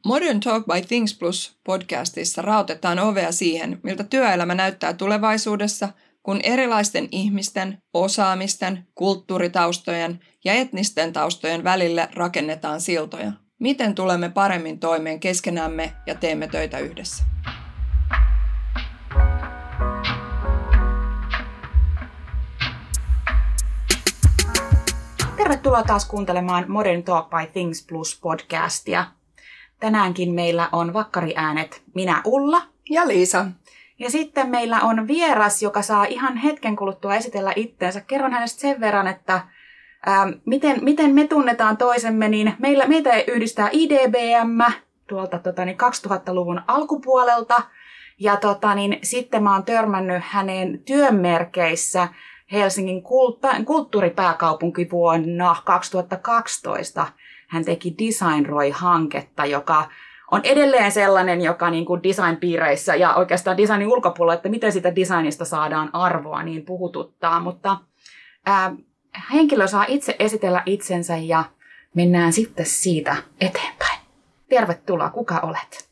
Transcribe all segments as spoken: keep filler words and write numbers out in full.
Modern Talk by Things Plus podcastissa raotetaan ovea siihen, miltä työelämä näyttää tulevaisuudessa, kun erilaisten ihmisten, osaamisten, kulttuuritaustojen ja etnisten taustojen välille rakennetaan siltoja. Miten tulemme paremmin toimeen keskenämme ja teemme töitä yhdessä? Tervetuloa taas kuuntelemaan Modern Talk by Things Plus podcastia. Tänäänkin meillä on vakkariäänet minä Ulla ja Liisa. Ja sitten meillä on vieras, joka saa ihan hetken kuluttua esitellä itteensä. Kerron hänestä sen verran, että ää, miten, miten me tunnetaan toisemme, niin meillä, meitä yhdistää I D B M tuolta tota, niin kaksituhattaluvun alkupuolelta. Ja tota, niin, sitten mä oon törmännyt hänen työnmerkeissä Helsingin kulta- kulttuuripääkaupunki vuonna kaksituhattakaksitoista. Hän teki DesignROI-hanketta, joka on edelleen sellainen, joka niin kuin design-piireissä ja oikeastaan designin ulkopuolella, että miten sitä designista saadaan arvoa, niin puhututtaa. Mutta ää, henkilö saa itse esitellä itsensä ja mennään sitten siitä eteenpäin. Tervetuloa, kuka olet?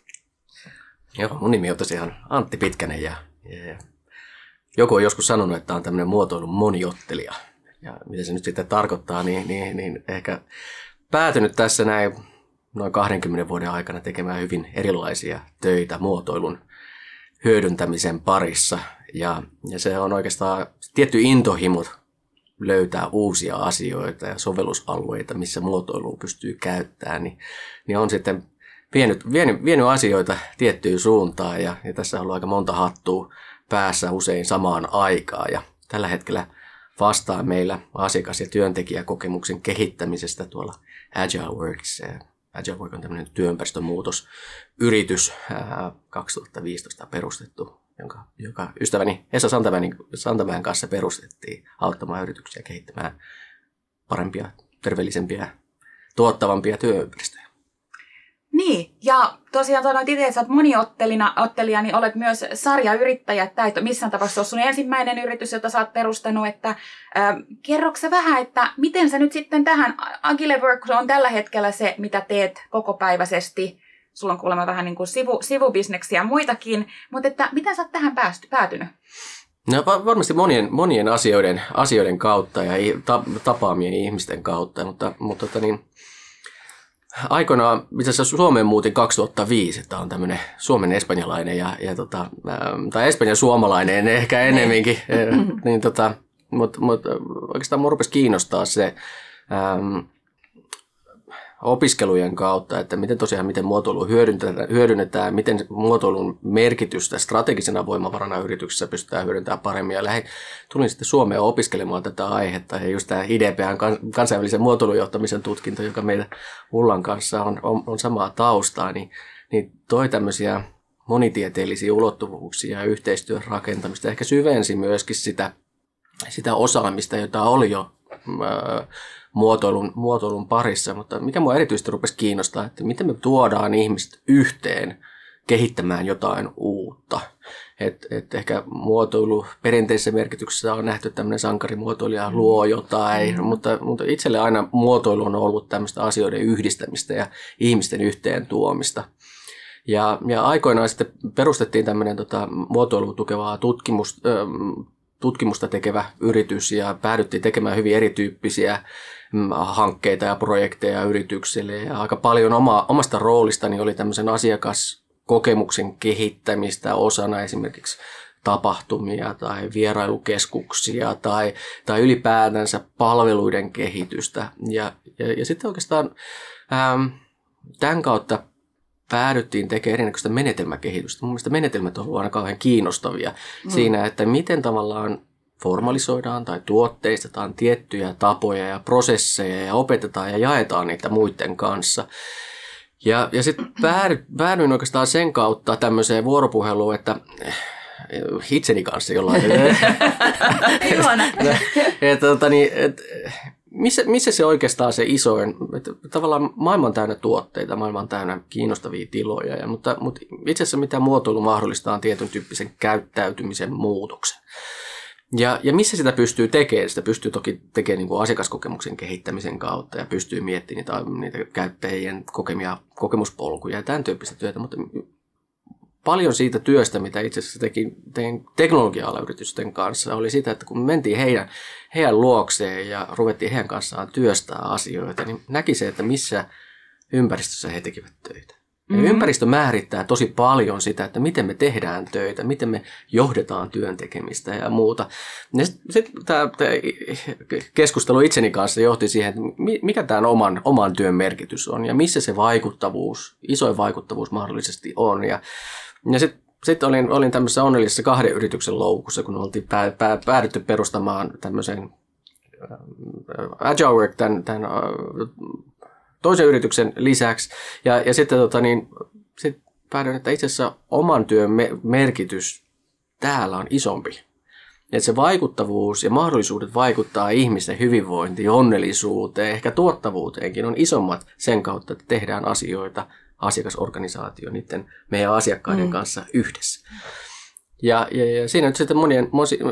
Joo, mun nimi on tosiaan Antti Pitkänen ja, ja joku on joskus sanonut, että on tämmöinen muotoilun moniottelija. Ja mitä se nyt sitten tarkoittaa, niin, niin, niin ehkä päätynyt tässä näin noin kahdenkymmenen vuoden aikana tekemään hyvin erilaisia töitä muotoilun hyödyntämisen parissa. Ja, ja se on oikeastaan tietty intohimot löytää uusia asioita ja sovellusalueita, missä muotoilua pystyy käyttämään, niin, niin on sitten vienyt, vienyt, vienyt asioita tiettyyn suuntaan. Ja, ja tässä on ollut aika monta hattua päässä usein samaan aikaan. Ja tällä hetkellä vastaa meillä asiakas- ja työntekijäkokemuksen kehittämisestä tuolla Agile Works. Agile Work on tämmöinen työympäristönmuutosyritys, kaksituhattaviisitoista perustettu, jonka, joka ystäväni Esa Santamäen, Santamäen kanssa perustettiin auttamaan yrityksiä kehittämään parempia, terveellisempiä, tuottavampia työympäristöjä. Niin, ja tosiaan sanoit itse, että olet moniottelija, niin olet myös sarjayrittäjä. Tämä ei ole missään tapauksessa ole sun ensimmäinen yritys, jota sä oot perustanut. Että, äh, kerroksä vähän, että miten sä nyt sitten tähän, Agile Work on tällä hetkellä se, mitä teet kokopäiväisesti. Sulla on kuulemma vähän niin kuin sivu, sivubisneksiä ja muitakin, mutta että miten sä oot tähän päästy, päätynyt? No varmasti monien, monien asioiden, asioiden kautta ja tapaamien ihmisten kautta, mutta, mutta tota niin, aikoinaan, itse asiassa Suomeen muutin kaksituhattaviisi, että on tämmöinen suomen espanjalainen ja, ja tota, tai espanjan suomalainen ehkä enemmänkin, niin tota, mutta mut, oikeastaan minua rupesi kiinnostaa se äm, opiskelujen kautta, että miten tosiaan miten muotoilua hyödynnetään, hyödynnetään, miten muotoilun merkitystä strategisena voimavarana yrityksessä pystytään hyödyntämään paremmin. Ja lähdin, tulin sitten Suomeen opiskelemaan tätä aihetta ja just tämä I D P M:n kansainvälisen muotoilujohtamisen tutkinto, joka meillä Ullan kanssa on, on, on samaa taustaa, niin, niin toi tämmöisiä monitieteellisiä ulottuvuuksia ja yhteistyön rakentamista. Ehkä syvensi myöskin sitä, sitä osaamista, jota oli jo Ää, Muotoilun, muotoilun parissa, mutta mikä minua erityisesti rupesi kiinnostaa, että miten me tuodaan ihmiset yhteen kehittämään jotain uutta. Et, et ehkä muotoilu perinteisessä merkityksessä on nähty tämmöinen sankarimuotoilija luo jotain, mm. mutta, mutta itselle aina muotoilu on ollut tämmöistä asioiden yhdistämistä ja ihmisten yhteen tuomista. Ja, ja aikoinaan sitten perustettiin tämmöinen tota, muotoilua tukevaa tutkimus, tutkimusta tekevä yritys ja päädyttiin tekemään hyvin erityyppisiä hankkeita ja projekteja yrityksille. Ja aika paljon oma, omasta roolistani oli tämmöisen asiakaskokemuksen kehittämistä osana esimerkiksi tapahtumia tai vierailukeskuksia tai, tai ylipäätänsä palveluiden kehitystä. Ja, ja, ja sitten oikeastaan ähm, tämän kautta päädyttiin tekemään erinäköistä menetelmäkehitystä. Mun mielestä menetelmät on ollut aina kauhean kiinnostavia mm. siinä, että miten tavallaan formalisoidaan tai tuotteistetaan tiettyjä tapoja ja prosesseja ja opetetaan ja jaetaan niitä muiden kanssa. Ja, ja sitten päädyin oikeastaan sen kautta tämmöiseen vuoropuheluun, että itseni kanssa jollain. että, tota, niin, et, missä, missä se oikeastaan se isoin, että tavallaan maailma on täynnä tuotteita, maailma on täynnä kiinnostavia tiloja, ja, mutta, mutta itse asiassa mitä muotoilu mahdollistaa on tietyn tyyppisen käyttäytymisen muutoksen. Ja, ja missä sitä pystyy tekemään? Sitä pystyy toki tekemään niin kuin asiakaskokemuksen kehittämisen kautta ja pystyy miettimään niitä, niitä käyttäjien kokemia kokemuspolkuja ja tämän tyyppistä työtä, mutta paljon siitä työstä, mitä itse asiassa tekin, tein teknologia-alan yritysten kanssa, oli sitä, että kun me mentiin heidän, heidän luokseen ja ruvettiin heidän kanssaan työstää asioita, niin näki se, että missä ympäristössä he tekivät töitä. Mm-hmm. Ympäristö määrittää tosi paljon sitä, että miten me tehdään töitä, miten me johdetaan työn tekemistä ja muuta. Ja sit, sit tämä, tämä keskustelu itseni kanssa johti siihen, että mikä tämän oman, oman työn merkitys on ja missä se vaikuttavuus, isoin vaikuttavuus mahdollisesti on. Ja, ja sitten sit olin, olin tämmöisessä onnellisessa kahden yrityksen loukussa, kun oltiin pää, pää, päädytty perustamaan tämmöisen Agile Work, tämän, tämän toisen yrityksen lisäksi. Ja, ja sitten tota, niin, sit päädyin, että itse asiassa oman työn me- merkitys täällä on isompi. Että se vaikuttavuus ja mahdollisuudet vaikuttaa ihmisten hyvinvointiin, onnellisuuteen, ehkä tuottavuuteenkin on isommat sen kautta, että tehdään asioita asiakasorganisaatio niiden meidän asiakkaiden mm. kanssa yhdessä. Ja, ja, ja siinä nyt sitten monien,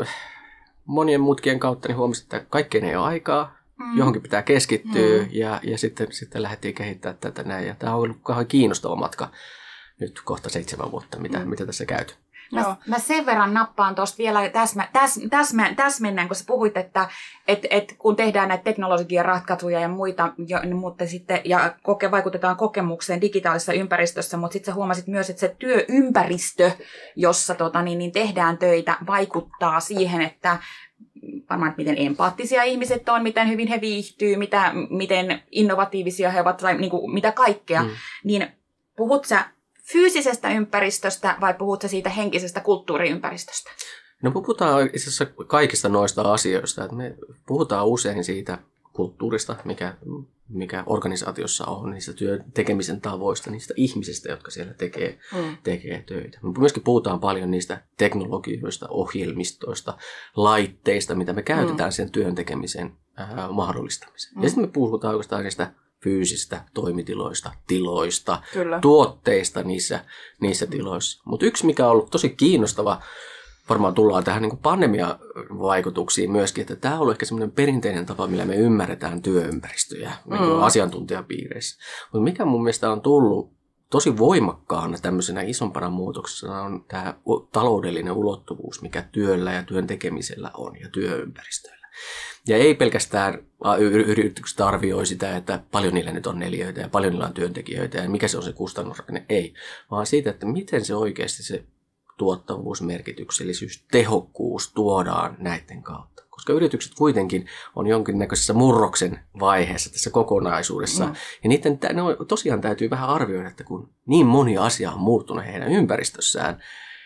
monien mutkien kautta niin huomasin, että kaikkeen ei ole aikaa. Mm. Johonkin pitää keskittyä mm. ja, ja sitten, sitten lähdettiin kehittämään tätä näin. Ja tämä on ollut kauhean kiinnostava matka nyt kohta seitsemän vuotta, mitä, mm. mitä tässä käyty. Mä, mä sen verran nappaan tuosta vielä täsmä, täs, täsmä, täsmennän, kun sä puhuit, että et, et, kun tehdään näitä teknologian ratkaisuja ja muita, ja, mutta sitten, ja koke, vaikutetaan kokemukseen digitaalisessa ympäristössä, mutta sitten sä huomasit myös, että se työympäristö, jossa tota, niin, niin tehdään töitä, vaikuttaa siihen, että varmaan, että miten empaattisia ihmiset on, miten hyvin he viihtyy, mitä, miten innovatiivisia he ovat, tai niin kuin, mitä kaikkea. Mm. Niin puhut sä fyysisestä ympäristöstä vai puhut sä siitä henkisestä kulttuuriympäristöstä? No puhutaan itse asiassa kaikista noista asioista. Että me puhutaan usein siitä kulttuurista, mikä, mikä organisaatiossa on, niistä työn tekemisen tavoista, niistä ihmisistä, jotka siellä tekee, mm. tekee töitä. Me myöskin puhutaan paljon niistä teknologioista, ohjelmistoista, laitteista, mitä me käytetään mm. sen työn tekemisen äh, mahdollistamiseen. Mm. Ja sitten me puhutaan oikeastaan niistä fyysistä toimitiloista, tiloista, Kyllä. tuotteista niissä, niissä tiloissa. Mutta yksi, mikä on ollut tosi kiinnostava, varmaan tullaan tähän niin kuin pandemiavaikutuksiin myöskin, että tämä on ollut ehkä semmoinen perinteinen tapa, millä me ymmärretään työympäristöjä niin kuin mm. asiantuntijapiireissä. Mutta mikä mun mielestä on tullut tosi voimakkaana tämmöisenä isompana muutoksena on tämä taloudellinen ulottuvuus, mikä työllä ja työn tekemisellä on ja työympäristöillä. Ja ei pelkästään yritykset arvioi sitä, että paljon niillä nyt on neliöitä ja paljon niillä on työntekijöitä ja mikä se on se kustannusrakenne. Ei, vaan siitä, että miten se oikeasti se tuottavuus, merkityksellisyys, tehokkuus tuodaan näiden kautta. Koska yritykset kuitenkin on jonkinnäköisessä murroksen vaiheessa tässä kokonaisuudessa. Mm. Ja niiden ne on, tosiaan täytyy vähän arvioida, että kun niin moni asia on muuttunut heidän ympäristössään,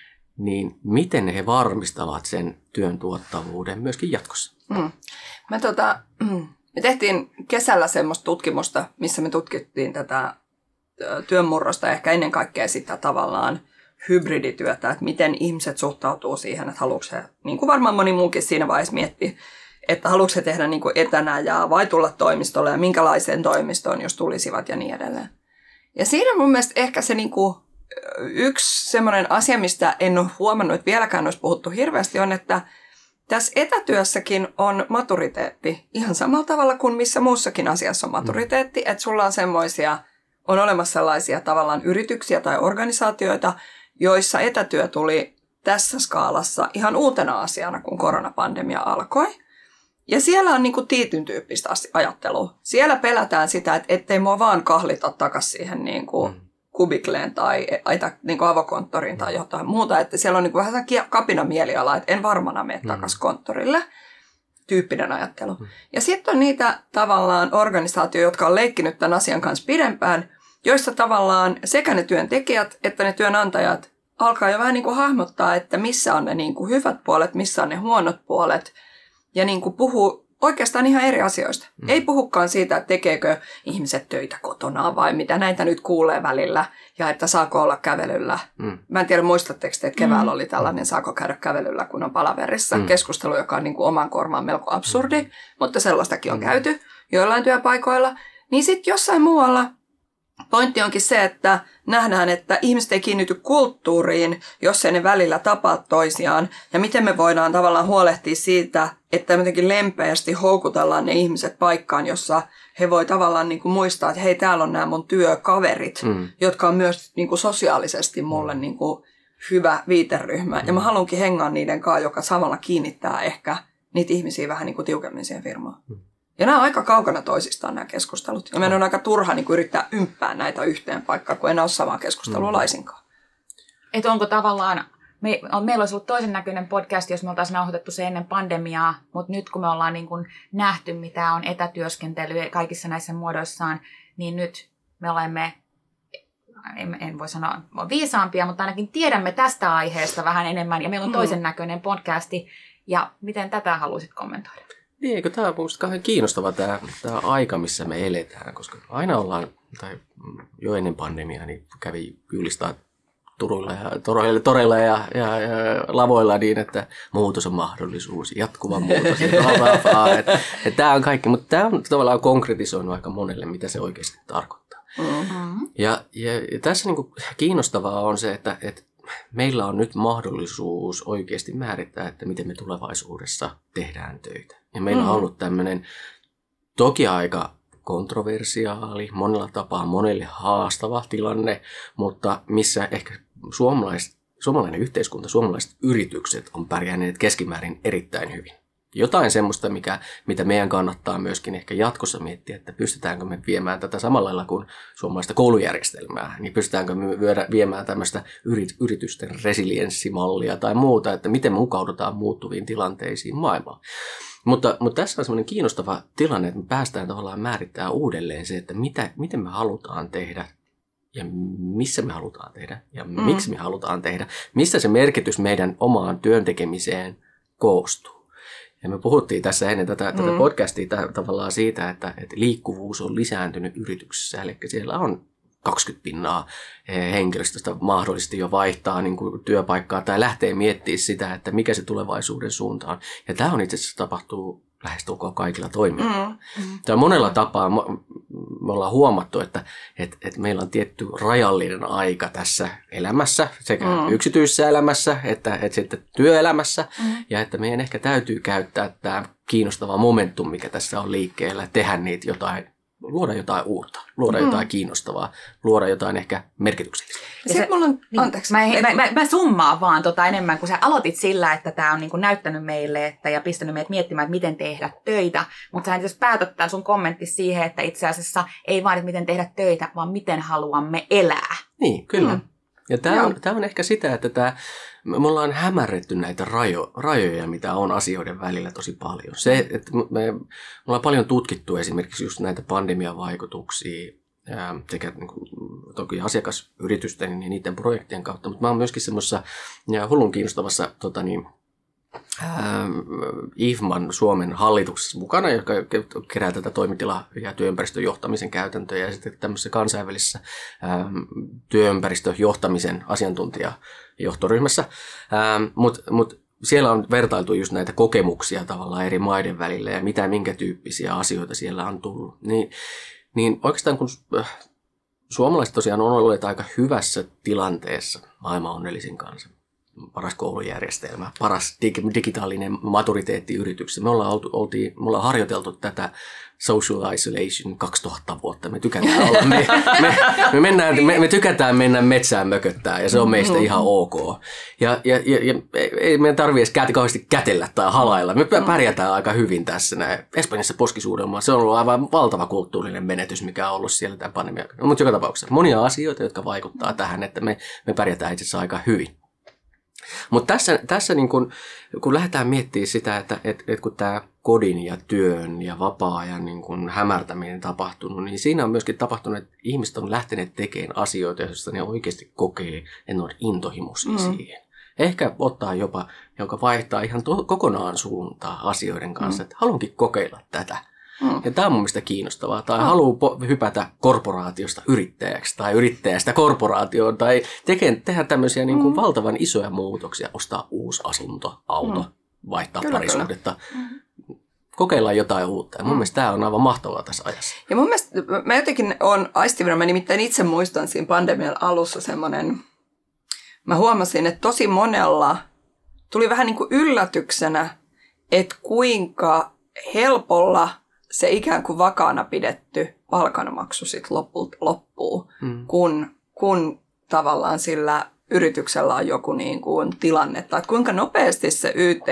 niin miten he varmistavat sen työn tuottavuuden myöskin jatkossa. Mm. Me, tota, me tehtiin kesällä semmoista tutkimusta, missä me tutkittiin tätä työn murrosta, ehkä ennen kaikkea sitä tavallaan hybridityötä, että miten ihmiset suhtautuu siihen, että haluatko he, niin kuin varmaan moni muukin siinä vaiheessa miettii, että haluatko he tehdä niin kuin etänä ja vai tulla toimistolle ja minkälaiseen toimistoon, jos tulisivat ja niin edelleen. Ja siinä mun mielestä ehkä se niin kuin yksi semmoinen asia, mistä en ole huomannut, että vieläkään olisi puhuttu hirveästi, on, että tässä etätyössäkin on maturiteetti ihan samalla tavalla kuin missä muussakin asiassa on maturiteetti, että sulla on semmoisia, on olemassa sellaisia tavallaan yrityksiä tai organisaatioita, joissa etätyö tuli tässä skaalassa ihan uutena asiana, kun koronapandemia alkoi. Ja siellä on niin kuin tietyn tyyppistä ajattelua. Siellä pelätään sitä, että ettei mua vaan kahlita takaisin siihen niin kuin mm. kubikleen tai niin kuin avokonttoriin tai jotain muuta. Että siellä on niin kuin vähän kapina mieliala, että en varmana mene takaisin konttorille. Tyyppinen ajattelu. Mm. Ja sitten on niitä tavallaan organisaatioita, jotka on leikkinyt tämän asian kanssa pidempään, joissa tavallaan sekä ne työntekijät että ne työnantajat alkaa jo vähän niin kuin hahmottaa, että missä on ne niin kuin hyvät puolet, missä on ne huonot puolet. Ja niin kuin puhuu oikeastaan ihan eri asioista. Mm. Ei puhukaan siitä, että tekeekö ihmiset töitä kotonaan vai mitä näitä nyt kuulee välillä. Ja että saako olla kävelyllä. Mm. Mä en tiedä, muistatteko te, että keväällä oli tällainen saako käydä kävelyllä, kun on palaverissa. Mm. Keskustelu, joka on niin kuin oman kormaan melko absurdi, mm. mutta sellaistakin on mm. käyty joillain työpaikoilla. Niin sitten jossain muualla pointti onkin se, että nähdään, että ihmiset ei kiinnity kulttuuriin, jos ei ne välillä tapaa toisiaan. Ja miten me voidaan tavallaan huolehtia siitä, että jotenkin lempeästi houkutellaan ne ihmiset paikkaan, jossa he voi tavallaan niin kuin muistaa, että hei, täällä on nämä mun työkaverit, mm. jotka on myös niin kuin sosiaalisesti mulle niin kuin hyvä viiteryhmä. Mm. Ja mä haluankin hengaa niiden kanssa, joka samalla kiinnittää ehkä niitä ihmisiä vähän niin kuin tiukemmin siihen firmaan. Mm. Ja nämä on aika kaukana toisistaan nämä keskustelut. Ja meidän on aika turha niin kuin yrittää ympää näitä yhteen paikkaan, kun enää ole samaa keskustelua mm. laisinkaan. Että onko tavallaan, me, on, meillä olisi ollut toisen näköinen podcast, jos me oltaisiin nauhoitettu se ennen pandemiaa, mutta nyt kun me ollaan niin kuin nähty, mitä on etätyöskentely kaikissa näissä muodoissaan, niin nyt me olemme, en, en voi sanoa viisaampia, mutta ainakin tiedämme tästä aiheesta vähän enemmän. Ja meillä on toisen mm. näköinen podcasti. Ja miten tätä haluaisit kommentoida? Niin, eikö tämä on minusta kauhean kiinnostava tämä, tämä aika, missä me eletään, koska aina ollaan, tai jo ennen pandemiaa, niin kävi julistaa Turuilla ja toreilla, toreilla ja, ja, ja lavoilla niin, että muutos on mahdollisuus, jatkuva muutos. että, että tämä on kaikki, mutta tämä on tavallaan konkretisoinut aika monelle, mitä se oikeasti tarkoittaa. Mm-hmm. Ja, ja, ja tässä niin kuin kiinnostavaa on se, että, että meillä on nyt mahdollisuus oikeasti määrittää, että miten me tulevaisuudessa tehdään töitä. Ja meillä on ollut tämmöinen toki aika kontroversiaali, monella tapaa monelle haastava tilanne, mutta missä ehkä suomalainen yhteiskunta, suomalaiset yritykset on pärjänneet keskimäärin erittäin hyvin. Jotain semmoista, mikä, mitä meidän kannattaa myöskin ehkä jatkossa miettiä, että pystytäänkö me viemään tätä samalla lailla kuin suomalaista koulujärjestelmää, niin pystytäänkö me viemään tämmöistä yritysten resilienssimallia tai muuta, että miten mukaudutaan muuttuviin tilanteisiin maailmaan. Mutta, mutta tässä on semmoinen kiinnostava tilanne, että me päästään tavallaan määrittämään uudelleen se, että mitä, miten me halutaan tehdä ja missä me halutaan tehdä ja mm. miksi me halutaan tehdä, mistä se merkitys meidän omaan työntekemiseen koostuu. Ja me puhuttiin tässä ennen tätä, mm. tätä podcastia tavallaan siitä, että, että liikkuvuus on lisääntynyt yrityksissä, eli siellä on kaksikymmentä pinnaa henkilöstöstä mahdollisesti jo vaihtaa niin kuin työpaikkaa tai lähtee miettimään sitä, että mikä se tulevaisuuden suunta on. Ja tämä on itse asiassa tapahtuu lähestulkoon kaikilla toimijoilla. Mm. Mm. Tämä monella tapaa me ollaan huomattu, että, että, että meillä on tietty rajallinen aika tässä elämässä, sekä mm. yksityisessä elämässä että, että sitten työelämässä, mm. ja että meidän ehkä täytyy käyttää tämä kiinnostava momentum, mikä tässä on liikkeellä, tehdä niitä jotain, luoda jotain uutta, luoda mm. jotain kiinnostavaa, luoda jotain ehkä merkityksellistä. Ja sitten mulla on, niin, anteeksi. Mä, mä, mä, mä summaan vaan tota enemmän, kun sä aloitit sillä, että tämä on niinku näyttänyt meille että, ja pistänyt meidät miettimään, että miten tehdä töitä. Mutta sä itse asiassa päätät tämän sun kommentti siihen, että itse asiassa ei vaan, että miten tehdä töitä, vaan miten haluamme elää. Niin, kyllä. Mm. Ja tämä on, tämä on ehkä sitä, että tämä, me ollaan hämärretty näitä rajo, rajoja, mitä on asioiden välillä tosi paljon. Se, että me, me ollaan paljon tutkittu esimerkiksi just näitä pandemian vaikutuksia, ää, sekä niin kuin, toki asiakasyritysten ja niiden projektien kautta, mutta mä oon myöskin semmoisessa hullun kiinnostavassa tota niin, I F M A N Suomen hallituksessa mukana, joka kerää tätä toimitila- ja työympäristön johtamisen käytäntöjä ja sitten tämmöisessä kansainvälisessä ää, työympäristöjohtamisen asiantuntijajohtoryhmässä. Mutta mut siellä on vertailtu just näitä kokemuksia tavallaan eri maiden välillä ja mitä minkä tyyppisiä asioita siellä on tullut. Niin, niin oikeastaan kun suomalaiset tosiaan on olleet aika hyvässä tilanteessa maailman onnellisin kanssa. Paras koulujärjestelmä, paras dig- digitaalinen maturiteetti yrityksessä. Me ollaan, oltu, oltiin, me ollaan harjoiteltu tätä social isolation kaksituhatta vuotta. Me tykätään olla, me, me, me, mennään, me, me tykätään mennä metsään mököttää ja se on meistä ihan ok. Ja, ja, ja, ja ei meidän tarvitse edes kauheasti kätellä tai halailla. Me pärjätään aika hyvin tässä näin. Espanjassa poskisuudelmaa, se on ollut aivan valtava kulttuurinen menetys, mikä on ollut siellä tämän pandemian. Mutta joka tapauksessa monia asioita, jotka vaikuttaa tähän, että me, me pärjätään itse asiassa aika hyvin. Mutta tässä, tässä niin kun, kun lähdetään miettimään sitä, että et, et kun tämä kodin ja työn ja vapaa-ajan niin kun hämärtäminen tapahtunut, niin siinä on myöskin tapahtunut, että ihmiset on lähteneet tekemään asioita, joista ne oikeasti kokee, että ne on intohimoisia mm. siihen. Ehkä ottaa jopa, joka vaihtaa ihan to, kokonaan suuntaa asioiden kanssa, mm. että haluankin kokeilla tätä. Mm. Ja tämä on mun mielestä kiinnostavaa. Tai mm. haluaa po- hypätä korporaatiosta yrittäjäksi tai yrittäjästä korporaatioon tai tekee, tehdä tämmöisiä niin kuin mm. valtavan isoja muutoksia, ostaa uusi asunto, auto, mm. vaihtaa kyllä, parisuhdetta. Kyllä. kokeillaan jotain uutta. Ja mun mm. mielestä tämä on aivan mahtavaa tässä ajassa. Ja mun mielestä mä jotenkin on aistivina, mä nimittäin itse muistan siinä pandemian alussa semmoinen, mä huomasin, että tosi monella tuli vähän niin kuin yllätyksenä, että kuinka helpolla se ikään kuin vakaana pidetty palkanmaksu sitten lopulta loppuu, mm. kun, kun tavallaan sillä yrityksellä on joku niin kuin tilanne. Tai kuinka nopeasti se Y T,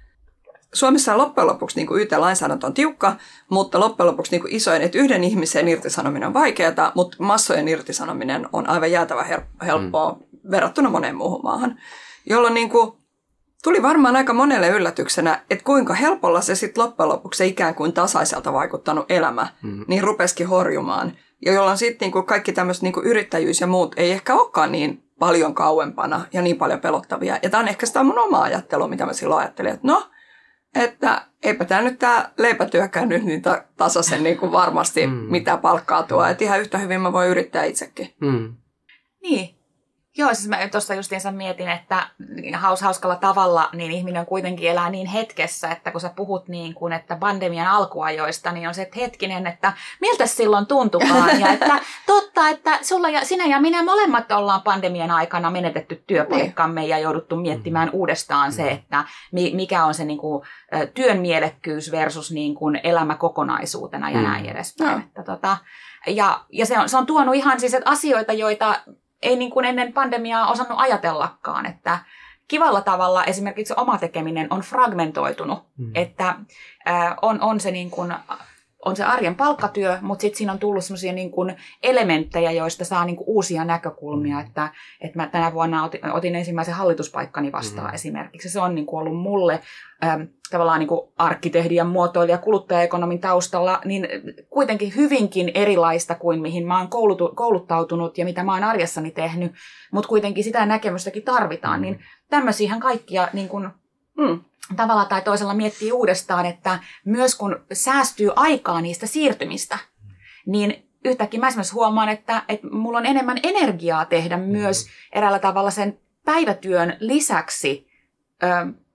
Suomessa loppujen lopuksi niin kuin Y T-lainsäädäntö on tiukka, mutta loppujen lopuksi niin kuin isoin, että yhden ihmisen irtisanominen on vaikeaa, mutta massojen irtisanominen on aivan jäätävän helppoa mm. verrattuna moneen muuhun maahan, jolloin niin kuin tuli varmaan aika monelle yllätyksenä, että kuinka helpolla se sitten loppujen lopuksi se ikään kuin tasaiselta vaikuttanut elämä, mm. niin rupesikin horjumaan. Ja jolloin sitten niinku kaikki tämmöiset niinku yrittäjyys ja muut ei ehkä olekaan niin paljon kauempana ja niin paljon pelottavia. Ja tämä on ehkä sitä mun omaa ajattelua, mitä mä silloin ajattelin, että no, että eipä tämä nyt tämä leipätyökään nyt niin ta- tasaisen niinku varmasti mm. mitä palkkaa tuo. Että ihan yhtä hyvin mä voin yrittää itsekin. Mm. Niin. Joo, siis mä tuossa justiinsa mietin, että haus, hauskalla tavalla niin ihminen kuitenkin elää niin hetkessä, että kun sä puhut niin kuin, että pandemian alkuajoista, niin on se, että hetkinen, että miltä silloin tuntukaan. Ja että totta, että sulla ja, sinä ja minä molemmat ollaan pandemian aikana menetetty työpaikkamme ja jouduttu miettimään uudestaan se, että mikä on se niin kuin, työn mielekkyys versus niin kuin elämä kokonaisuutena ja näin edespäin. Että, tota, ja ja se, on, se on tuonut ihan siis että asioita, joita ei niin kuin ennen pandemiaa osannut ajatellakaan, että kivalla tavalla esimerkiksi oma tekeminen on fragmentoitunut, mm. että äh, on, on, se niin kuin, on se arjen palkkatyö, mutta sitten siinä on tullut sellaisia niin kuin elementtejä, joista saa niin kuin uusia näkökulmia, että, että mä tänä vuonna otin, otin ensimmäisen hallituspaikkani vastaan mm. esimerkiksi. Se on niin kuin ollut mulle ähm, tavallaan niin kuin arkkitehdin ja muotoilija kuluttajaekonomin taustalla, niin kuitenkin hyvinkin erilaista kuin mihin mä oon koulutu, kouluttautunut ja mitä mä oon arjessani tehnyt, mutta kuitenkin sitä näkemystäkin tarvitaan, niin tämmöisiähän kaikkia niin kuin, mm, tavalla tai toisella miettii uudestaan, että myös kun säästyy aikaa niistä siirtymistä, niin yhtäkkiä mä esimerkiksi huomaan, että, että mulla on enemmän energiaa tehdä myös eräällä tavalla sen päivätyön lisäksi ö,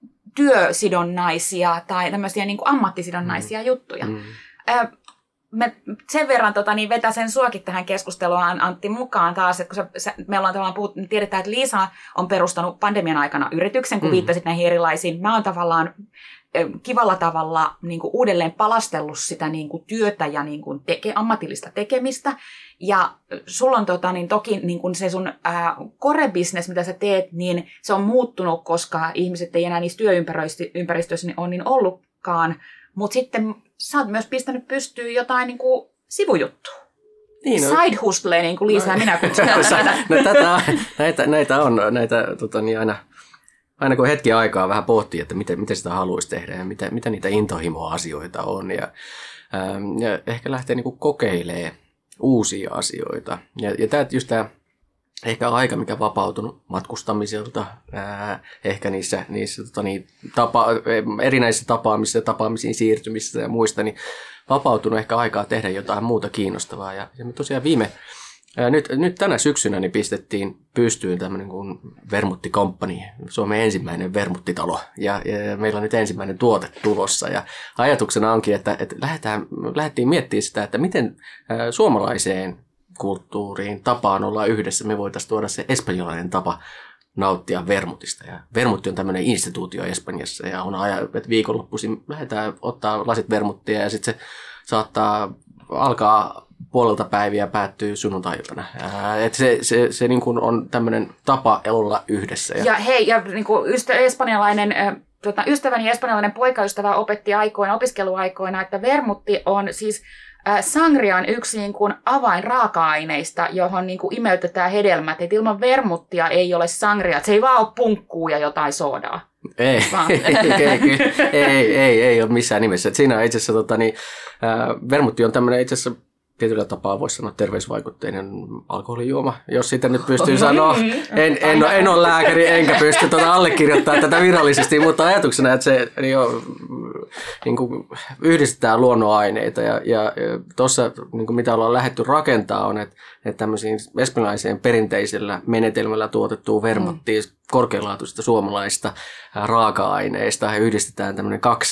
työsidonnaisia tai tämmöisiä niin kuin ammattisidonnaisia mm. juttuja. Mm. Ö, Mä sen verran tota, niin vetäsen suakin tähän keskusteluun, Antti, mukaan taas, että kun sä, sä, me ollaan tavallaan puhut, tiedetään, että Liisa on perustanut pandemian aikana yrityksen, kun mm. viittasit näihin erilaisiin. Mä oon tavallaan kivalla tavalla niin kuin uudelleen palastellut sitä niin kuin työtä ja niin kuin teke, ammatillista tekemistä. Ja sulla on tota, niin toki niin kuin se sun ää, core-business, mitä sä teet, niin se on muuttunut, koska ihmiset ei enää niissä työympäristöissä niin on niin ollutkaan. Mutta sitten sä oot myös pistänyt pystyyn jotain niin kuin sivujuttua. Niin, no. Side hustlee, niin kuin Liisa no, ja minä kutsun sitä. No, tätä, näitä, näitä on, näitä, tota, niin aina, aina kun hetki aikaa vähän pohtii, että miten, miten sitä haluaisi tehdä ja mitä, mitä niitä intohimo-asioita on. Ja, ähm, ja ehkä lähtee niin kuin kokeilemaan uusia asioita. Ja, ja tämä just tämä ehkä aika, mikä vapautunut matkustamiselta, ää, ehkä niissä, niissä tota, niin, tapa, erinäisissä tapaamisissa ja tapaamisiin siirtymisissä ja muista, niin vapautunut ehkä aikaa tehdä jotain muuta kiinnostavaa. Ja, ja me tosiaan viime, ää, nyt, nyt tänä syksynä niin pistettiin pystyyn tämmöinen kuin Vermutti Company, Suomen ensimmäinen vermuttitalo. Ja, ja meillä on nyt ensimmäinen tuote tulossa. Ja ajatuksena onkin, että, että lähdetään, lähdettiin miettimään sitä, että miten ää, suomalaiseen kulttuuriin, tapaan olla yhdessä, me voitaisiin tuoda se espanjalainen tapa nauttia vermutista. Ja vermutti on tämmöinen instituutio Espanjassa ja on aja, että viikonloppuisin lähdetään ottaa lasit vermuttia ja sitten se saattaa alkaa puolelta päiviä päättyy sunnuntai-iltana. Että se, se, se niin kuin on tämmöinen tapa olla yhdessä. Ja, ja hei, ja niin kuin ystä, espanjalainen... Tota, ystäväni espanjalainen poikaystävä opetti aikoina, opiskeluaikoina, että vermutti on siis äh, sangria on yksi niin kuin avainraaka-aineista, johon niin kuin imeytetään hedelmät. Et ilman vermuttia ei ole sangria. Et se ei vaan ole punkkuu ja jotain soodaa. Ei, ei, ei, ei, ei, ei ole missään nimessä. Et siinä itse asiassa tota, niin, äh, vermutti on tämmöinen itse asiassa tietyllä tapaa voisi sanoa terveysvaikutteinen alkoholijuoma, jos sitä nyt pystyy sanoa. En, en, en ole lääkäri, enkä pysty tuota allekirjoittamaan tätä virallisesti, mutta ajatuksena, että se niin jo, niin kuin yhdistetään luonnonaineita. Ja, ja, ja tuossa, niin mitä ollaan lähdetty rakentaa, on, että, että tämmöisiin espanjalaiseen perinteisellä menetelmällä tuotettua vermuttia, mm. korkealaatuisista suomalaista raaka-aineista, ja yhdistetään tämmöinen kaksi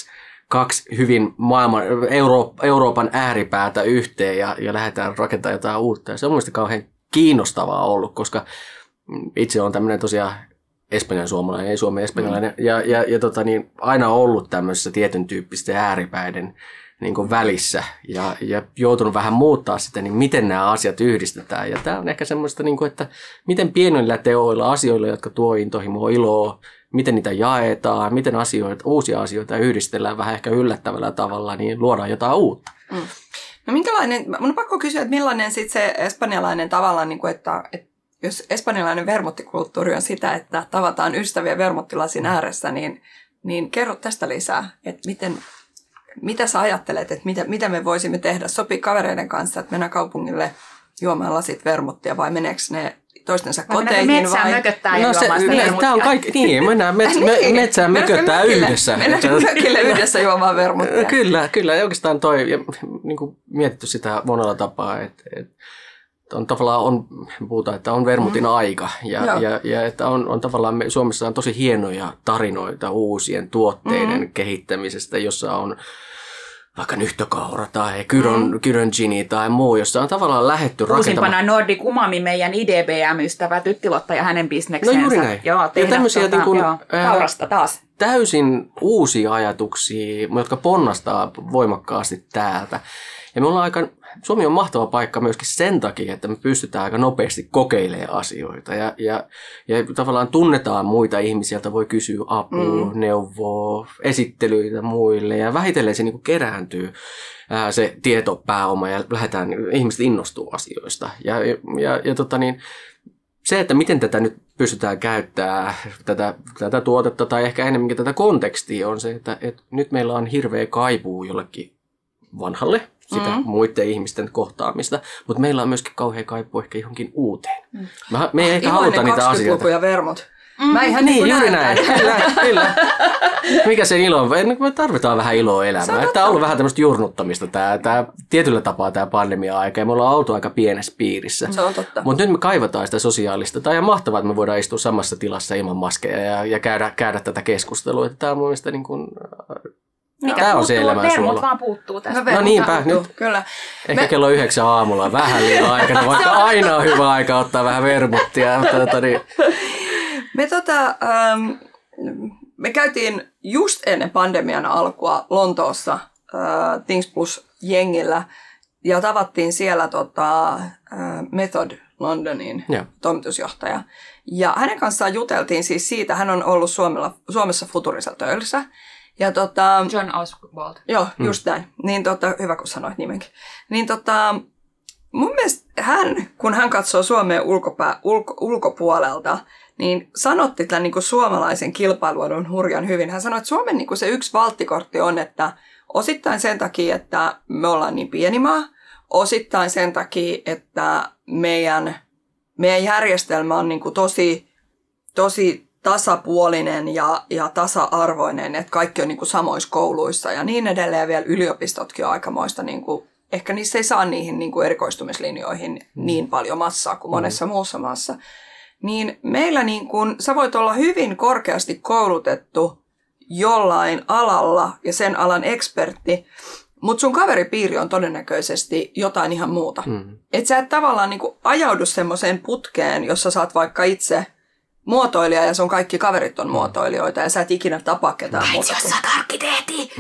kaksi hyvin maailman, Euro, Euroopan ääripäätä yhteen ja, ja lähdetään rakentamaan jotain uutta. Ja se on mielestäni kauhean kiinnostavaa ollut, koska itse on tämmöinen tosiaan espanjan suomalainen, ei suomen espanjalainen, mm. ja, ja, ja tota, niin, aina ollut tämmöisessä tietyn tyyppisten ääripäiden niin kuin välissä ja, ja joutunut vähän muuttaa sitä, niin miten nämä asiat yhdistetään. Ja tämä on ehkä semmoista, niin kuin, että miten pienillä teoilla, asioilla, jotka tuo intohimoa, iloa, miten niitä jaetaan, miten asioita, uusia asioita yhdistellään vähän ehkä yllättävällä tavalla, niin luodaan jotain uutta. Mm. No minkälainen, mun on pakko kysyä, että millainen sitten se espanjalainen tavallaan, niin kuin, että, että jos espanjalainen vermuttikulttuuri on sitä, että tavataan ystäviä vermuttilasin ääressä, niin, niin kerro tästä lisää, että miten, mitä sä ajattelet, että mitä, mitä me voisimme tehdä? Sopii kavereiden kanssa, että mennään kaupungille juomaan lasit vermuttia vai meneekö ne toistensa vai koteihin? Metsään vai mököttää ja no se, juomaan sitä vermuttia. Tämä on kaikki, niin, mennään mets, niin, me, metsään mököttää yhdessä. Mennään mökille yhdessä juomaan vermuttia. Kyllä, kyllä. Ja oikeastaan toi, ja, niin kuin mietitty sitä monella tapaa, että, että on tavallaan, on, puhutaan, että on vermutin mm. aika ja, ja, ja että on, on tavallaan, me, Suomessa on tosi hienoja tarinoita uusien tuotteiden mm. kehittämisestä, jossa on vaikka nyhtökaura tai Kyron, mm. Kyron gini tai muu, jossa on tavallaan lähdetty rakentamaan. Uusimpana Nordic Umami, meidän I D B M-ystävä, Tyttilotta ja hänen bisneksensä. No juuri näin. Joo, tehdä tuota, niin kuin, joo, kaurasta taas. Täysin uusia ajatuksia, jotka ponnastaa voimakkaasti täältä. Ja me ollaan aika, Suomi on mahtava paikka myöskin sen takia, että me pystytään aika nopeasti kokeilemaan asioita ja, ja, ja tavallaan tunnetaan muita ihmisiä, joilta voi kysyä apua, mm. neuvoa, esittelyitä muille ja vähitellen se niin kuin kerääntyy ää, se tietopääoma ja lähdetään, ihmiset innostuu asioista. Ja, ja, ja, ja tota niin, se, että miten tätä nyt pystytään käyttämään, tätä, tätä tuotetta tai ehkä enemmänkin tätä kontekstia on se, että, että nyt meillä on hirveä kaipuu jollekin vanhalle, sitä mm. muiden ihmisten kohtaamista, mutta meillä on myöskin kauhean kaipuu ehkä johonkin uuteen. Mm. Me, me ei ehkä haluta niitä asioita. Ja vermut. Mm. Mä ihan niin, niin juuri näin. Kyllä, kyllä. Mikä sen ilo on? Me tarvitaan vähän iloa elämään. Tämä on ollut vähän tämmöistä jurnuttamista, tämä, tämä, tietyllä tapaa tämä pandemia-aika, ja me ollaan oltu aika pienessä piirissä. Se on totta. Mutta nyt me kaivataan sitä sosiaalista. Tämä on mahtavaa, että me voidaan istua samassa tilassa ilman maskeja ja, ja käydä, käydä tätä keskustelua. Tämä on mun mielestä niin kuin, mikä tämä puuttuu, on se elämän vermut vaan puuttuu tästä. No, no niinpä, nyt kyllä. Ehkä me... kello yhdeksän aamulla vähän liian aikana, vaikka aina on hyvä aika ottaa vähän vermuttia. Tuota, niin. Me, tota, ähm, me käytiin just ennen pandemian alkua Lontoossa äh, Things Plus-jengillä ja tavattiin siellä tota, äh, Method Londonin ja. toimitusjohtaja. Ja hänen kanssaan juteltiin siis siitä, hän on ollut Suomella, Suomessa Futurisella töissä. Ja tota, John Oswald. Joo, just mm. näin. Niin tota, hyvä kun sanoit nimenkin. Niin tota, mun mielestä hän, kun hän katsoo Suomeen ulkopää, ulko, ulkopuolelta, niin sanotti tämän niin kuin suomalaisen kilpailuedun hurjan hyvin. Hän sanoi, että Suomen niin kuin se yksi valttikortti on, että osittain sen takia, että me ollaan niin pieni maa, osittain sen takia, että meidän, meidän järjestelmä on niin kuin tosi, tosi tasapuolinen ja, ja tasa-arvoinen, että kaikki on niin kuin samoissa kouluissa ja niin edelleen. Ja vielä yliopistotkin on aikamoista, niin kuin, ehkä niissä ei saa niihin niin kuin erikoistumislinjoihin mm. niin paljon massaa kuin monessa mm. muussa maassa. Niin meillä niin kuin, sä voit olla hyvin korkeasti koulutettu jollain alalla ja sen alan ekspertti, mutta sun kaveripiiri on todennäköisesti jotain ihan muuta. Mm. Että sä et tavallaan niin kuin ajaudu semmoiseen putkeen, jossa sä oot vaikka itse muotoilija ja sun kaikki kaverit on muotoilijoita ja sä et ikinä tapaa ketään Paitsi muuta. jos sä oot arkkitehti.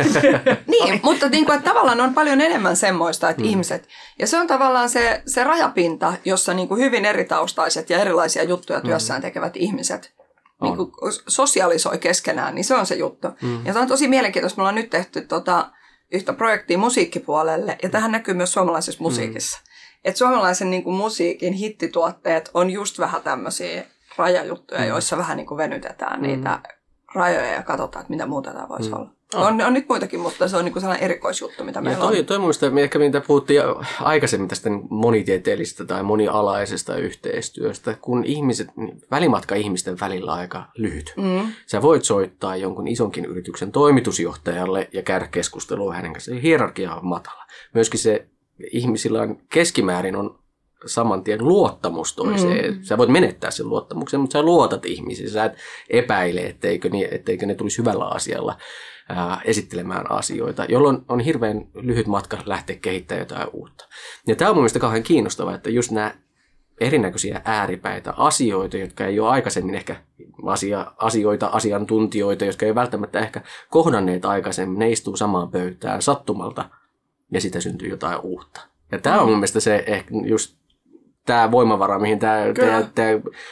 Niin, mutta niin kuin, että tavallaan on paljon enemmän semmoista, että mm. ihmiset, ja se on tavallaan se, se rajapinta, jossa niin kuin hyvin eritaustaiset ja erilaisia juttuja työssään tekevät ihmiset niin kuin sosiaalisoi keskenään, niin se on se juttu. Mm. Ja se on tosi mielenkiintoista, me ollaan nyt tehty tota, yhtä projektia musiikkipuolelle, ja tähän näkyy myös suomalaisessa musiikissa. Mm. Että suomalaisen niin kuin musiikin hittituotteet on just vähän tämmöisiä rajajuttuja, mm. joissa vähän niin kuin venytetään mm. niitä rajoja ja katsotaan, että mitä muuta tämä voisi mm. olla. Oh. On, on nyt muitakin, mutta se on niin kuin sellainen erikoisjuttu, mitä meillä toi, on. Toi muista, ehkä mitä puhuttiin aikaisemmin tästä monitieteellisestä tai monialaisesta yhteistyöstä, kun ihmiset, välimatka ihmisten välillä on aika lyhyt. Mm. Sä voit soittaa jonkun isonkin yrityksen toimitusjohtajalle ja käydä keskustelua hänen kanssaan. Hierarkia on matala. Myöskin se ihmisillä on keskimäärin on saman tien luottamus toiseen. Mm. Sä voit menettää sen luottamuksen, mutta sä luotat ihmisiin. Sä et epäile, etteikö, etteikö ne tulisi hyvällä asialla ää, esittelemään asioita, jolloin on hirveän lyhyt matka lähteä kehittämään jotain uutta. Ja tämä on mun mielestä kauhean kiinnostavaa, että just nämä erinäköisiä ääripäitä, asioita, jotka ei ole aikaisemmin ehkä asia, asioita, asiantuntijoita, jotka ei välttämättä ehkä kohdanneet aikaisemmin, ne istuu samaan pöytään sattumalta ja sitä syntyy jotain uutta. Ja tämä on mun mielestä se ehkä just tämä voimavara, mihin tämä, tämä, tämä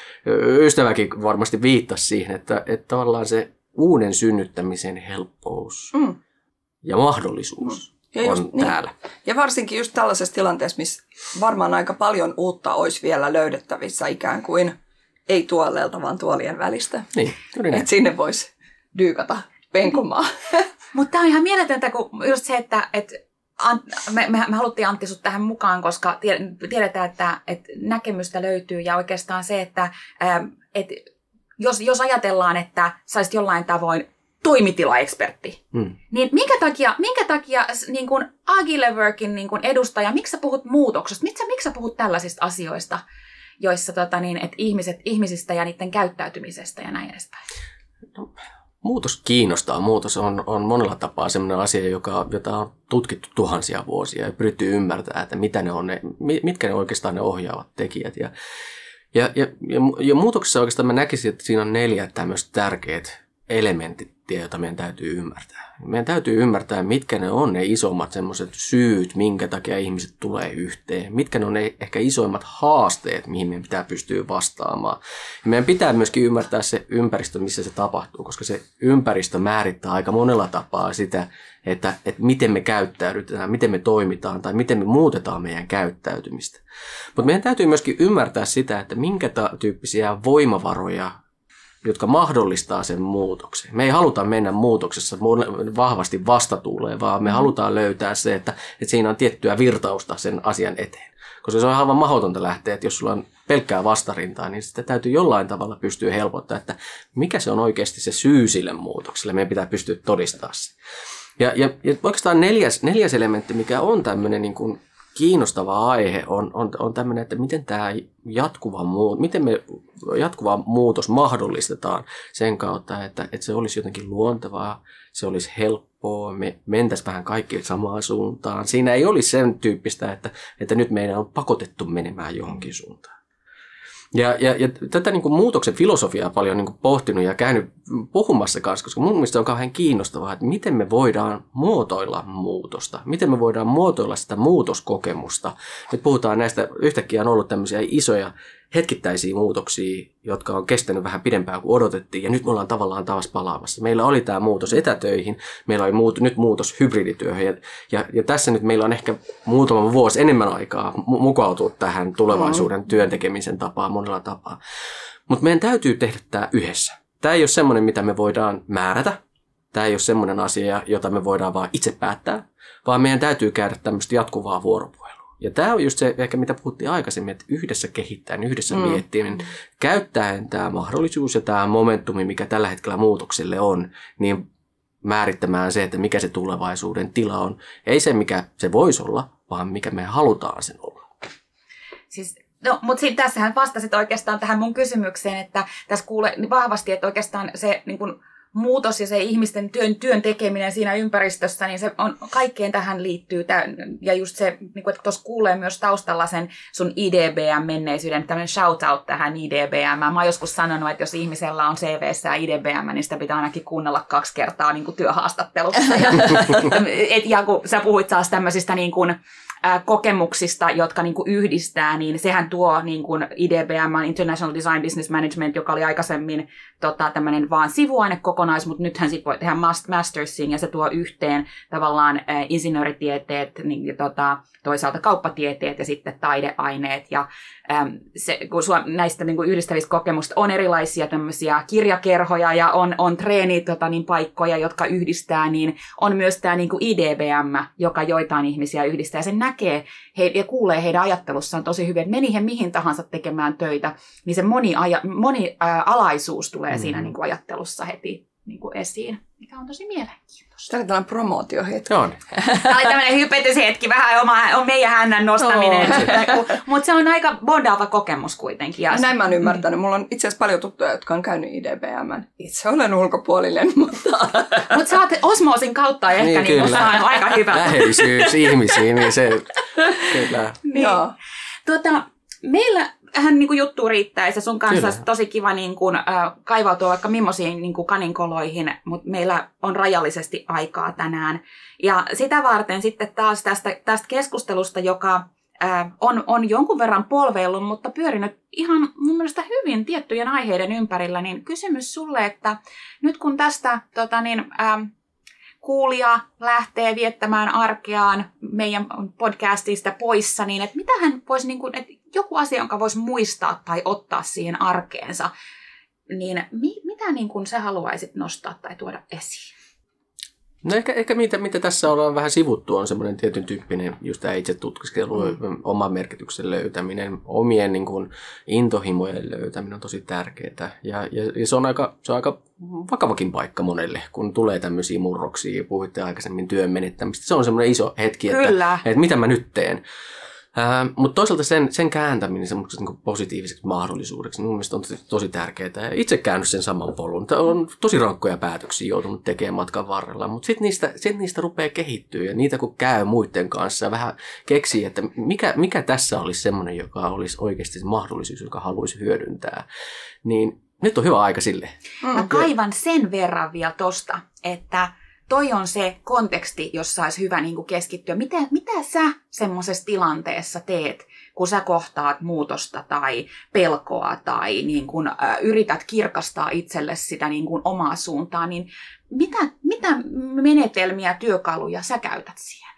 ystäväkin varmasti viittasi siihen, että, että tavallaan se uuden synnyttämisen helppous mm. ja mahdollisuus mm. ja on just, täällä. Niin. Ja varsinkin just tällaisessa tilanteessa, missä varmaan aika paljon uutta olisi vielä löydettävissä ikään kuin ei tuoleelta, vaan tuolien välistä. Niin, että sinne voisi dyykata penkomaan. Mutta tämä on ihan mieletöntä, kun just se, että et Me, me, me haluttiin Antti sut tähän mukaan, koska tiedetään, että, että näkemystä löytyy ja oikeastaan se, että, että jos, jos ajatellaan, että sä olisit jollain tavoin toimitilaekspertti, hmm. niin minkä takia, minkä takia niin kuin Agile Workin niin kuin edustaja, miksi sä puhut muutoksesta, miksi, miksi sä puhut tällaisista asioista, joissa tota, niin, että ihmiset, ihmisistä ja niiden käyttäytymisestä ja näin edespäin? No. Muutos kiinnostaa. Muutos on, on monella tapaa sellainen asia, joka, jota on tutkittu tuhansia vuosia ja pyritty ymmärtämään, että mitä ne on ne, mitkä ne oikeastaan ne ohjaavat tekijät. Ja, ja, ja, ja, ja muutoksessa oikeastaan mä näkisin, että siinä on neljä tämmöistä tärkeät elementit, joita meidän täytyy ymmärtää. Meidän täytyy ymmärtää, mitkä ne on ne isommat semmoiset syyt, minkä takia ihmiset tulee yhteen. Mitkä ne on ne ehkä isoimmat haasteet, mihin meidän pitää pystyä vastaamaan. Ja meidän pitää myöskin ymmärtää se ympäristö, missä se tapahtuu, koska se ympäristö määrittää aika monella tapaa sitä, että, että miten me käyttäydytään, miten me toimitaan tai miten me muutetaan meidän käyttäytymistä. Mutta meidän täytyy myöskin ymmärtää sitä, että minkä tyyppisiä voimavaroja jotka mahdollistaa sen muutoksen. Me ei haluta mennä muutoksessa vahvasti vastatuuleen, vaan me halutaan löytää se, että, että siinä on tiettyä virtausta sen asian eteen. Koska se on aivan mahdotonta lähteä, että jos sulla on pelkkää vastarintaa, niin sitä täytyy jollain tavalla pystyä helpottamaan, että mikä se on oikeasti se syy sille muutokselle. Meidän pitää pystyä todistamaan se. Ja, ja, ja oikeastaan neljäs, neljäs elementti, mikä on tämmöinen niin kuin kiinnostava aihe on, on, on tämmöinen, että miten tämä jatkuva, muut, miten me jatkuva muutos mahdollistetaan sen kautta, että, että se olisi jotenkin luontevaa, se olisi helppoa, me mentäisiin vähän kaikki samaan suuntaan. Siinä ei olisi sen tyyppistä, että, että nyt meidän on pakotettu menemään johonkin suuntaan. Ja, ja, ja tätä niin kuin muutoksen filosofiaa paljon niin kuin pohtinut ja käynyt puhumassa kanssa, koska mun mielestä on kauhean kiinnostavaa, että miten me voidaan muotoilla muutosta, miten me voidaan muotoilla sitä muutoskokemusta. Nyt puhutaan näistä, yhtäkkiä on ollut tämmöisiä isoja hetkittäisiä muutoksia, jotka on kestänyt vähän pidempään kuin odotettiin, ja nyt me ollaan tavallaan taas palaamassa. Meillä oli tämä muutos etätöihin, meillä oli muut, nyt muutos hybridityöhön, ja, ja, ja tässä nyt meillä on ehkä muutama vuosi enemmän aikaa mukautua tähän tulevaisuuden työn tekemisen tapaan monella tapaa. Mutta meidän täytyy tehdä tämä yhdessä. Tämä ei ole semmoinen, mitä me voidaan määrätä. Tämä ei ole semmoinen asia, jota me voidaan vaan itse päättää, vaan meidän täytyy käydä tämmöistä jatkuvaa vuoropuhelua. Ja tämä on just se, ehkä mitä puhuttiin aikaisemmin, että yhdessä kehittäen, yhdessä mm. miettien, käyttäen tämä mahdollisuus ja tämä momentumi, mikä tällä hetkellä muutokselle on, niin määrittämään se, että mikä se tulevaisuuden tila on. Ei se, mikä se voisi olla, vaan mikä me halutaan sen olla. Siis, no, mutta sitten tässähän vastasit oikeastaan tähän mun kysymykseen, että tässä kuulee vahvasti, että oikeastaan se niin kun muutos ja se ihmisten työn, työn tekeminen siinä ympäristössä, niin se on, kaikkeen tähän liittyy. Ja just se, niin kuin, että tuossa kuulee myös taustalla sen sun I D B M-menneisyyden, tämmöinen shout-out tähän I D B M. Mä oon joskus sanonut, että jos ihmisellä on C V:ssä I D B M, niin sitä pitää ainakin kuunnella kaksi kertaa niin kuin työhaastattelussa. Ja, et, ja kun sä puhuit taas tämmöisistä niin kuin, ää, kokemuksista, jotka niin kuin yhdistää, niin sehän tuo niin kuin I D B M, International Design Business Management, joka oli aikaisemmin tota, tämmöinen vaan sivuainekokonaisuus, mutta nythän sit voi tehdä mastersiin ja se tuo yhteen tavallaan ää, insinööritieteet, niin, tota, toisaalta kauppatieteet ja sitten taideaineet. Ja äm, se, kun sua, näistä niin kuin yhdistävistä kokemusta on erilaisia tämmöisiä kirjakerhoja ja on, on treeni, tota, niin, paikkoja, jotka yhdistää, niin on myös tämä niin kuin I D B M, joka joitain ihmisiä yhdistää. Sen näkee he, ja kuulee heidän ajattelussaan tosi hyvin, että meni he mihin tahansa tekemään töitä, niin se moni, aja, moni ää, alaisuus tulee mm. siinä niin kuin ajattelussa heti niin kuin esiin, mikä on tosi mielenkiintoista. Tämä oli tällainen promootiohetki. On. Tämä oli tämmöinen hypetyshetki, vähän oma, on meidän hännän nostaminen. No. Mutta se on aika bondaava kokemus kuitenkin. Ja näin mä oon ymmärtänyt. Mulla on itse asiassa paljon tuttuja, jotka on käynyt I D B M. Itse olen ulkopuolinen, mutta... Mutta sä oot osmoosin kautta ehkä niin, niin saanut aika hyvä. Läheisyys ihmisiin, niin se kyllä. Niin. Joo. Tuota, meillä vähän niin kuin juttu riittäisi ja sun kanssa Kyllä. tosi kiva niin kuin, äh, kaivautua vaikka millaisiin niin kuin kaninkoloihin, mutta meillä on rajallisesti aikaa tänään. Ja sitä varten sitten taas tästä, tästä keskustelusta, joka äh, on, on jonkun verran polveillut, mutta pyörinyt ihan mun mielestä hyvin tiettyjen aiheiden ympärillä, niin kysymys sulle, että nyt kun tästä tota niin, äh, kuulija lähtee viettämään arkeaan meidän podcastista poissa, niin että mitä hän voisi, niin kuin, että joku asia, jonka voisi muistaa tai ottaa siihen arkeensa, niin mi, mitä niin kuin sä haluaisit nostaa tai tuoda esiin? No ehkä, ehkä mitä, mitä tässä ollaan vähän sivuttu on semmoinen tietyn tyyppinen just tämä itse tutkiskelu, mm. oman merkityksen löytäminen, omien niin kuin, intohimojen löytäminen on tosi tärkeää. Ja, ja, ja se, on aika, se on aika vakavakin paikka monelle, kun tulee tämmöisiä murroksia. Puhuitte aikaisemmin työn menettämistä. Se on semmoinen iso hetki, että, että mitä mä nyt teen. Uh, mutta toisaalta sen, sen kääntäminen semmoiseksi niin positiiviseksi mahdollisuudeksi mun mielestä on tosi, tosi tärkeää. Ja itse käynyt sen saman polun. Tämä on tosi rankkoja päätöksiä joutunut tekemään matkan varrella, mutta sitten niistä, sit niistä rupeaa kehittyä ja niitä kun käy muiden kanssa ja vähän keksii, että mikä, mikä tässä olisi semmoinen, joka olisi oikeasti se mahdollisuus, joka haluaisi hyödyntää, niin nyt on hyvä aika sille. Mä kaivan sen verran vielä tosta, että toi on se konteksti, jossa olisi hyvä niin kuin keskittyä. Mitä, mitä sä semmoisessa tilanteessa teet, kun sä kohtaat muutosta tai pelkoa tai niin kuin, ä, yrität kirkastaa itsellesi sitä niin kuin omaa suuntaa, niin mitä, mitä menetelmiä, työkaluja sä käytät siihen?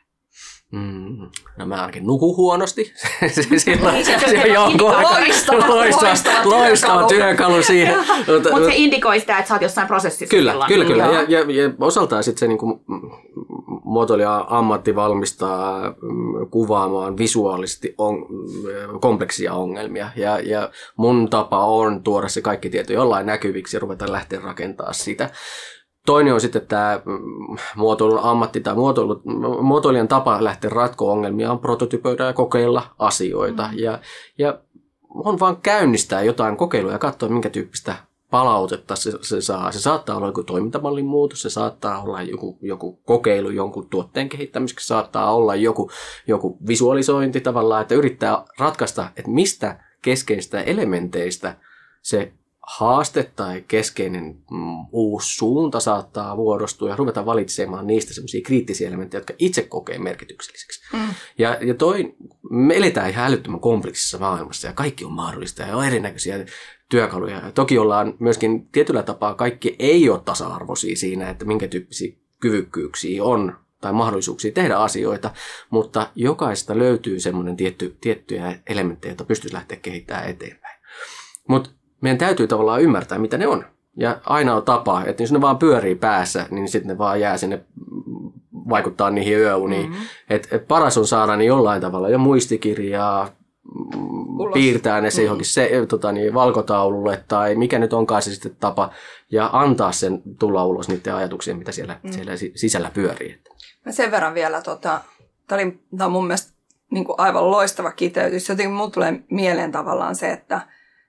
Mm. No mä ainakin nukun huonosti. Niin, se, se on jonkun loistava, loistava, loistava työkalu siihen. Mutta se indikoi sitä, että sä oot jossain prosessissa. Kyllä, silloin. kyllä, kyllä. Ja, ja, ja osaltaan sitten se niinku, muotoilija ammatti valmistaa kuvaamaan visuaalisesti on, kompleksia ongelmia. Ja, ja mun tapa on tuoda se kaikki tieto jollain näkyviksi ja ruveta lähteä rakentamaan sitä. Toinen on sitten tämä muotoilun ammatti tai muotoilu, muotoilijan tapa lähteä ratkoa ongelmia on prototypoida ja kokeilla asioita. Mm. Ja, ja on vaan käynnistää jotain kokeilua ja katsoa, minkä tyyppistä palautetta se, se saa. Se saattaa olla joku toimintamallin muutos, se saattaa olla joku, joku kokeilu jonkun tuotteen kehittämiseksi, saattaa olla joku, joku visualisointi tavallaan, että yrittää ratkaista, että mistä keskeistä elementeistä se haaste tai keskeinen mm, uusi suunta saattaa muodostua ja ruveta valitsemaan niistä semmoisia kriittisiä elementtejä, jotka itse kokee merkitykselliseksi. Mm. Ja, ja toi, me eletään ihan älyttömän kompleksissa maailmassa ja kaikki on mahdollista ja on erinäköisiä työkaluja. Ja toki ollaan myöskin tietyllä tapaa, kaikki ei ole tasa-arvoisia siinä, että minkä tyyppisiä kyvykkyyksiä on tai mahdollisuuksia tehdä asioita, mutta jokaista löytyy semmoinen tietty, tiettyjä elementtejä, joita pystyisi lähteä kehittämään eteenpäin. Mutta meidän täytyy tavallaan ymmärtää, mitä ne on. Ja aina on tapa, että jos ne vaan pyörii päässä, niin sitten ne vaan jää sinne vaikuttaa niihin yöuniin. Mm-hmm. Et, et paras on saada niin jollain tavalla jo muistikirjaa, ulos. Piirtää ne se johonkin se, tota, niin, valkotaululle tai mikä nyt onkaan se sitten tapa, ja antaa sen tulla ulos niiden ajatuksien, mitä siellä, mm. siellä sisällä pyörii. Mä sen verran vielä, tota, tämä on mun mielestä niin kuin aivan loistava kiteytys. Jotenkin mulle tulee mieleen tavallaan se, että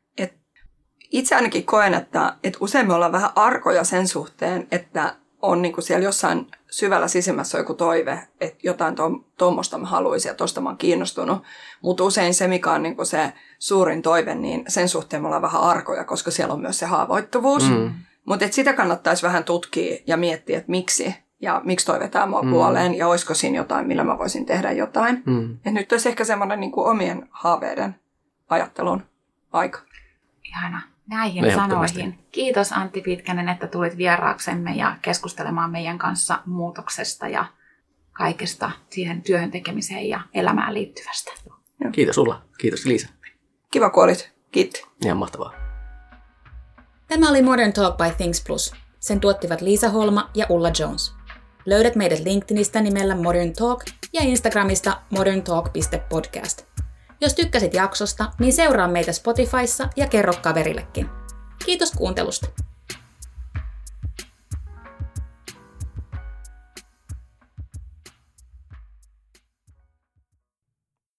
itse ainakin koen, että, että usein me ollaan vähän arkoja sen suhteen, että on niin kuin siellä jossain syvällä sisimmässä joku toive, että jotain tuommoista mä haluaisin ja tuosta mä oon kiinnostunut. Mutta usein se, mikä on niin kuin se suurin toive, niin sen suhteen me ollaan vähän arkoja, koska siellä on myös se haavoittuvuus. Mm. Mutta sitä kannattaisi vähän tutkia ja miettiä, että miksi ja miksi toi vetää mua mm. puoleen ja olisiko siinä jotain, millä mä voisin tehdä jotain. Mm. Et nyt olisi ehkä semmoinen niin kuin omien haaveiden ajattelun aika. Ihana. Näihin sanoihin. Kiitos Antti Pitkänen, että tulit vieraaksemme ja keskustelemaan meidän kanssa muutoksesta ja kaikesta siihen työhön tekemiseen ja elämään liittyvästä. Kiitos Ulla. Kiitos Liisa. Kiva kun olit. Kiitti. Ihan mahtavaa. Tämä oli Modern Talk by Things Plus. Sen tuottivat Liisa Holma ja Ulla Jones. Löydät meidät LinkedInistä nimellä Modern Talk ja Instagramista moderntalk piste podcast. Jos tykkäsit jaksosta, niin seuraa meitä Spotifyssa ja kerro kaverillekin. Kiitos kuuntelusta!